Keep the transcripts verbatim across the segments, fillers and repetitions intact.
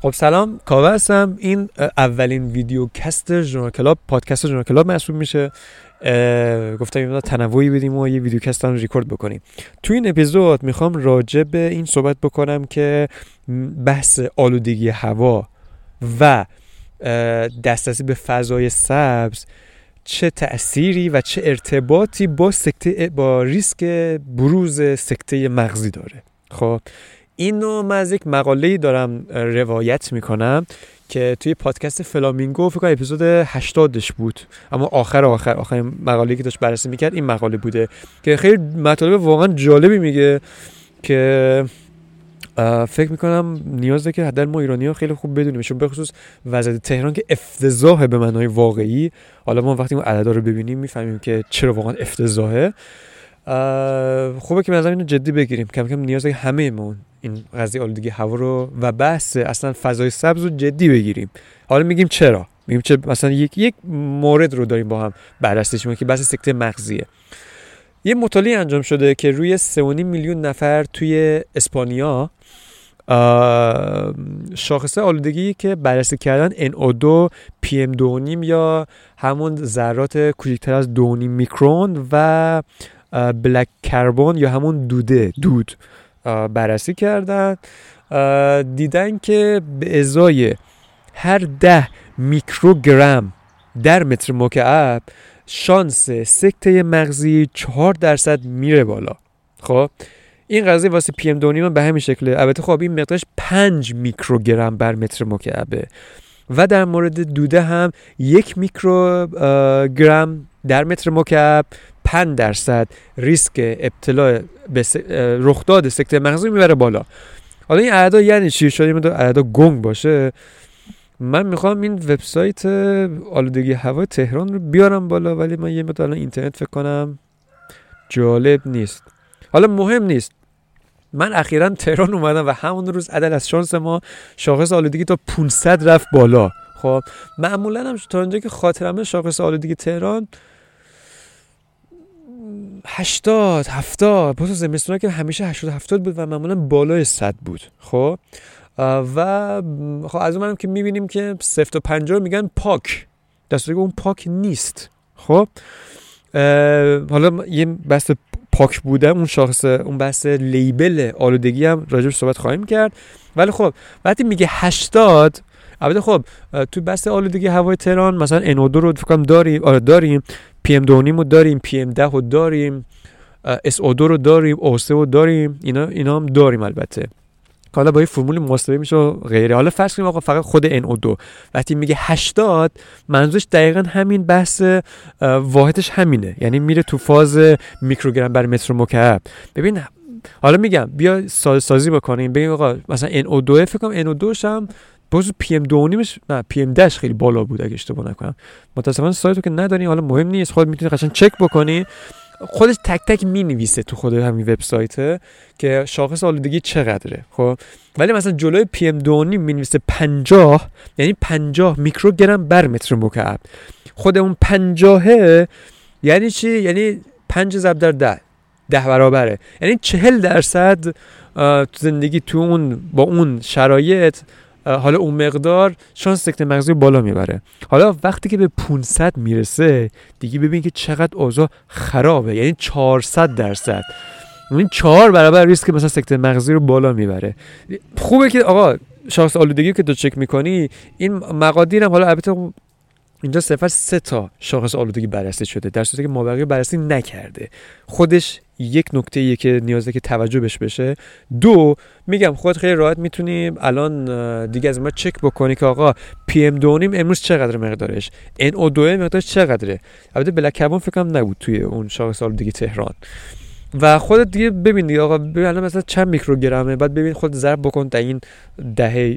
خب سلام، کاوه هستم. این اولین ویدیو کست ژورنال کلاب، پادکست ژورنال کلاب محسوب میشه. گفتم یه تنوعی بدیم و یه ویدیو کست هم ریکورد بکنیم. تو این اپیزود میخوام راجع به این صحبت بکنم که بحث آلودگی هوا و دسترسی به فضای سبز چه تأثیری و چه ارتباطی با سکته با ریسک بروز سکته مغزی داره. خب اینو من از یک مقاله‌ای دارم روایت میکنم که توی پادکست فلامینگو فکر کنم اپیزود هشتادش بود، اما آخر آخر آخر مقاله‌ای که داشت بررسی میکرد این مقاله بوده که خیلی مطالب واقعا جالبی میگه که فکر میکنم نیازه که حداقل ما ایرانی‌ها خیلی خوب بدونیم، چون به خصوص وضعیت تهران که افتضاحه به معنای واقعی. حالا ما وقتی اون عددا رو ببینیم میفهمیم که چرا واقعا افتضاحه. خوبه که مثلا اینو جدی بگیریم، کم کم نیازه که همه ما این قضیه آلودگی هوا رو و بحث اصلا فضای سبز رو جدی بگیریم. حالا میگیم چرا، میگیم چه مثلا یک یک مورد رو داریم با هم بررسیش می‌کنیم که بحث سکته مغزیه. یه مطالعه انجام شده که روی سه و نیم میلیون نفر توی اسپانیا شاخصه آلودگی که بررسی کردن ان او دو، پی ام دو و نیم یا همون ذرات کوچکتر از دو و نیم میکرون و بلک کربن یا همون دوده دود بررسی کردن. دیدن که به ازای هر ده میکروگرم در متر مکعب شانس سکته مغزی چهار درصد میره بالا. خب این قضیه واسه پی ام دو و نیم به همین شکله. البته خب این مقدارش پنج میکروگرم بر متر مکعبه و در مورد دوده هم یک میکروگرم در متر مکعب پنج درصد ریسک ابتلا به س... رخداد سکته مغزی میبره بالا. حالا این عددا یعنی چی؟ شاید این عددا گنگ باشه. من میخوام این وبسایت آلودگی هوا تهران رو بیارم بالا، ولی من یه مقدار اینترنت فکر کنم جالب نیست. حالا مهم نیست. من اخیراً تهران اومدم و همون روز عدد از شانس ما شاخص آلودگی تا پانصد رفت بالا. خب معمولاً هم تا اونجایی که خاطرمه شاخص آلودگی تهران هشتاد هفتاد پس زمستونا که همیشه هشتاد هفتاد بود و معمولا بالای صد بود. خب و خب از اونم که میبینیم که صفر تا پنجاه میگن پاک، در صورتی که اون پاک نیست. خب حالا یه بحث پاک بوده اون شاخص، اون بحث لیبل آلودگی هم راجعش صحبت خواهیم کرد. ولی خب وقتی میگه هشتاد، البته خب تو بحث آلودگی هوای تهران مثلا ان او دو رو فکر کنم داریم، آره داریم، پی ام دو و نیم رو داریم، پی ام ده رو داریم، اس او دو رو داریم، او سه رو داریم، اینا اینا هم داریم البته. حالا با یه فرمول محاسبه میشه غیره. حالا فرض کنیم آقا فقط خود ان او دو وقتی میگه هشتاد منظورش دقیقاً همین بحث واحدش همینه، یعنی میره تو فاز میکروگرم بر متر مکعب. ببین حالا میگم بیا سازی بکنیم، بگیم آقا مثلا ان او دو فکر کنم ان او دوش هم باز پی ام دو و نیمش نه پی ام ده خیلی بالا بود اگه اشتباه نکنم. متأسفانه سایتو که نداریم، حالا مهم نیست، خودت میتونی قشنگ چک بکنی. خودش تک تک مینویسه تو خود همین وبسایت که شاخص آلودگی چقدره. خب ولی مثلا جلوی پی ام دو و نیم مینویسه پنجاه، یعنی پنجاه میکروگرم بر متر مکعب. خود اون پنجاه یعنی چی؟ یعنی پنج ضرب در ده ده برابره، یعنی چهل درصد زندگی تو اون با اون شرایط حالا اون مقدار شانس سکته مغزی بالا میبره. حالا وقتی که به پانصد میرسه دیگه ببین که چقدر اوضاع خرابه، یعنی چهارصد درصد، یعنی چهار برابر ریسک مثلا سکته مغزی رو بالا میبره. خوبه که آقا شاخص آلودگی که تو چک میکنی این مقادیر هم، حالا البته اینجا صفر سه تا شاخص آلودگی بررسی شده در صورتی که مابقی بررسی نکرده. خودش یک نکته‌ایه که نیازه که توجه بهش بشه. دو، میگم خودت خیلی راحت میتونی الان دیگه از ما چک بکنی که آقا پی ام دو و نیم امروز چقدر مقدارش، ان او دو مقدارش چقدره. البته بلک کربن فکر کنم نبود توی اون شاخص آلودگی تهران. و خودت دیگه ببین دیگه آقا ببین الان مثلا چند میکروگرمه، بعد ببین خودت ضرب بکن در این دهه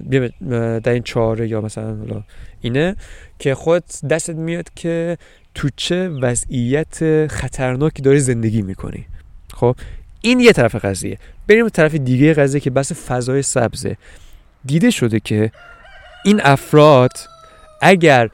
در این چهاره یا مثلا اینه که خودت دستت میاد که تو چه وضعیت خطرناکی داری زندگی میکنی. خب این یه طرف قضیه. بریم طرف دیگه قضیه که بحث فضای سبزه. دیده شده که این افراد اگر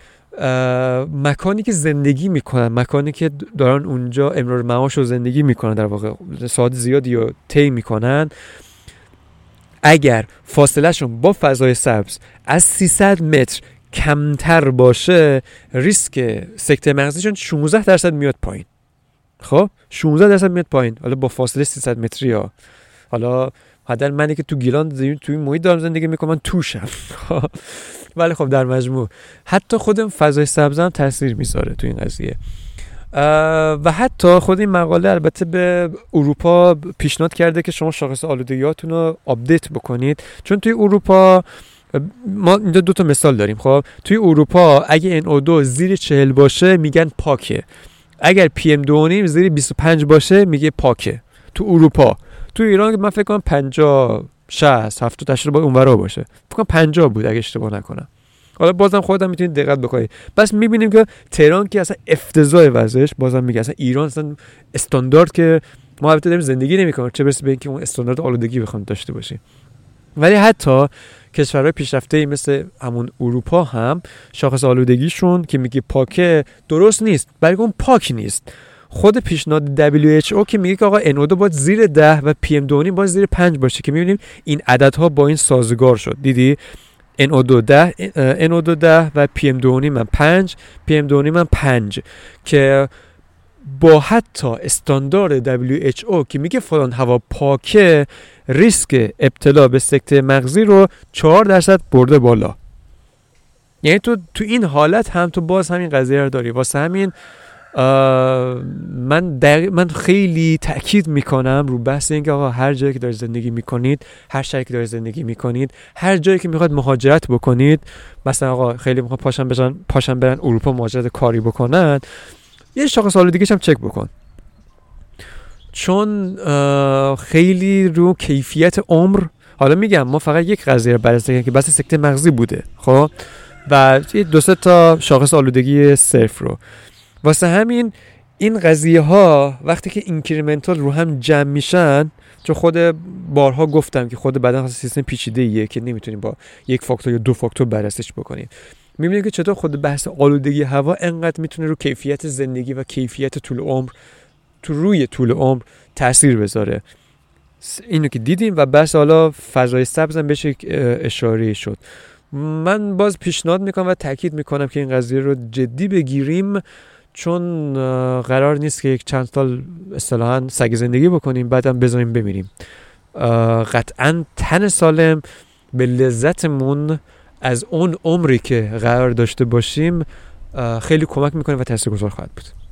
مکانی که زندگی میکنن، مکانی که دارن اونجا امرار معاش رو زندگی میکنن، در واقع ساعت زیادی رو طی میکنن، اگر فاصله شون با فضای سبز از سیصد متر کمتر باشه، ریسک سکته مغزیشون شانزده درصد میاد پایین. خب شانزده درصد میاد پایین، حالا با فاصله سیصد متری ها. حالا حداقل منی که تو گیلان توی این محیط دارم زندگی میکنم توشم، ولی خب در مجموع حتی خود فضای سبز هم تاثیر میذاره تو این قضیه. و حتی خود این مقاله البته به اروپا پیشنهاد کرده که شما شاخص آلودگیاتون رو آپدیت بکنید، چون توی اروپا ما اینجا دو تا مثال داریم. خب توی اروپا اگه ان او دو زیر چهل باشه میگن پاکه، اگر پی ام دو و نیم زیر بیست و پنج باشه میگه پاکه تو اروپا. تو ایران که من فکر کنم پنجاه شصت هفتاد هشتاد با اونورا باشه، فکر کنم پنجاه بود اگه اشتباه نکنم. حالا بازم خودم میتونید دقت بکنید. بس میبینیم که تهران که اصلا افتضاح وضعش، بازم میگه اصلا ایران اصلا استاندارد که ما البته داریم زندگی نمیکنیم، چه برسه به اینکه اون استاندارد آلودگی بخوام داشته باشیم. ولی حتی کشورهای پیشرفته مثل همون اروپا هم شاخص آلودگیشون که میگه پاکه درست نیست، بلکه اون پاک نیست. خود پیشنهاد دبلیو اچ او که میگه که آقا ان او دو باید زیر ده و پی ام دو و نیم باید زیر پنج باشه، که میبینیم این عددها با این سازگار شد. دیدی ان او دو ده ان او دو ده و پی ام دو و نیم پنج، پی ام دو و نیم پنج، که با حتی استاندارد دبلیو اچ او که میگه فلان هوا پاکه، ریسک ابتلا به سکته مغزی رو چهار درصد برده بالا. یعنی تو تو این حالت هم تو باز همین قضیه رو داری. واسه همین من دقیق من خیلی تأکید میکنم رو بحث این که آقا هر جایی که دارید زندگی میکنید، هر شهری که دارید زندگی میکنید، هر جایی که میخواد مهاجرت بکنید، مثلا آقا خیلی میخواد پاشن بشن پاشن برن اروپا مهاجرت کاری بکنن، یه شاخص آلودگیش هم چک بکن، چون خیلی رو کیفیت عمر. حالا میگم ما فقط یک قضیه رو بررسی کردیم که بحث سکته مغزی بوده، خب، و دو سه تا شاخص آلودگی صفر رو. واسه همین این قضیه ها وقتی که اینکریمنتال رو هم جمع میشن، چون خود بارها گفتم که خود بدن سیستم پیچیده ایه که نمیتونیم با یک فاکتور یا دو فاکتور بررسیش بکنیم. میبینیم که چطور خود بحث آلودگی هوا انقدر میتونه رو کیفیت زندگی و کیفیت طول عمر، تو روی طول عمر تأثیر بذاره. اینو که دیدیم و بحث حالا فضای سبز هم بهش اشاره شد. من باز پیشنهاد میکنم و تاکید میکنم که این قضیه رو جدی بگیریم، چون قرار نیست که یک چند سال اصطلاحاً سگ زندگی بکنیم بعدم بذاریم بمیریم. قطعاً تن سالم به لذتمون از اون عمری که قرار داشته باشیم خیلی کمک میکنه و تاثیرگذار خواهد بود.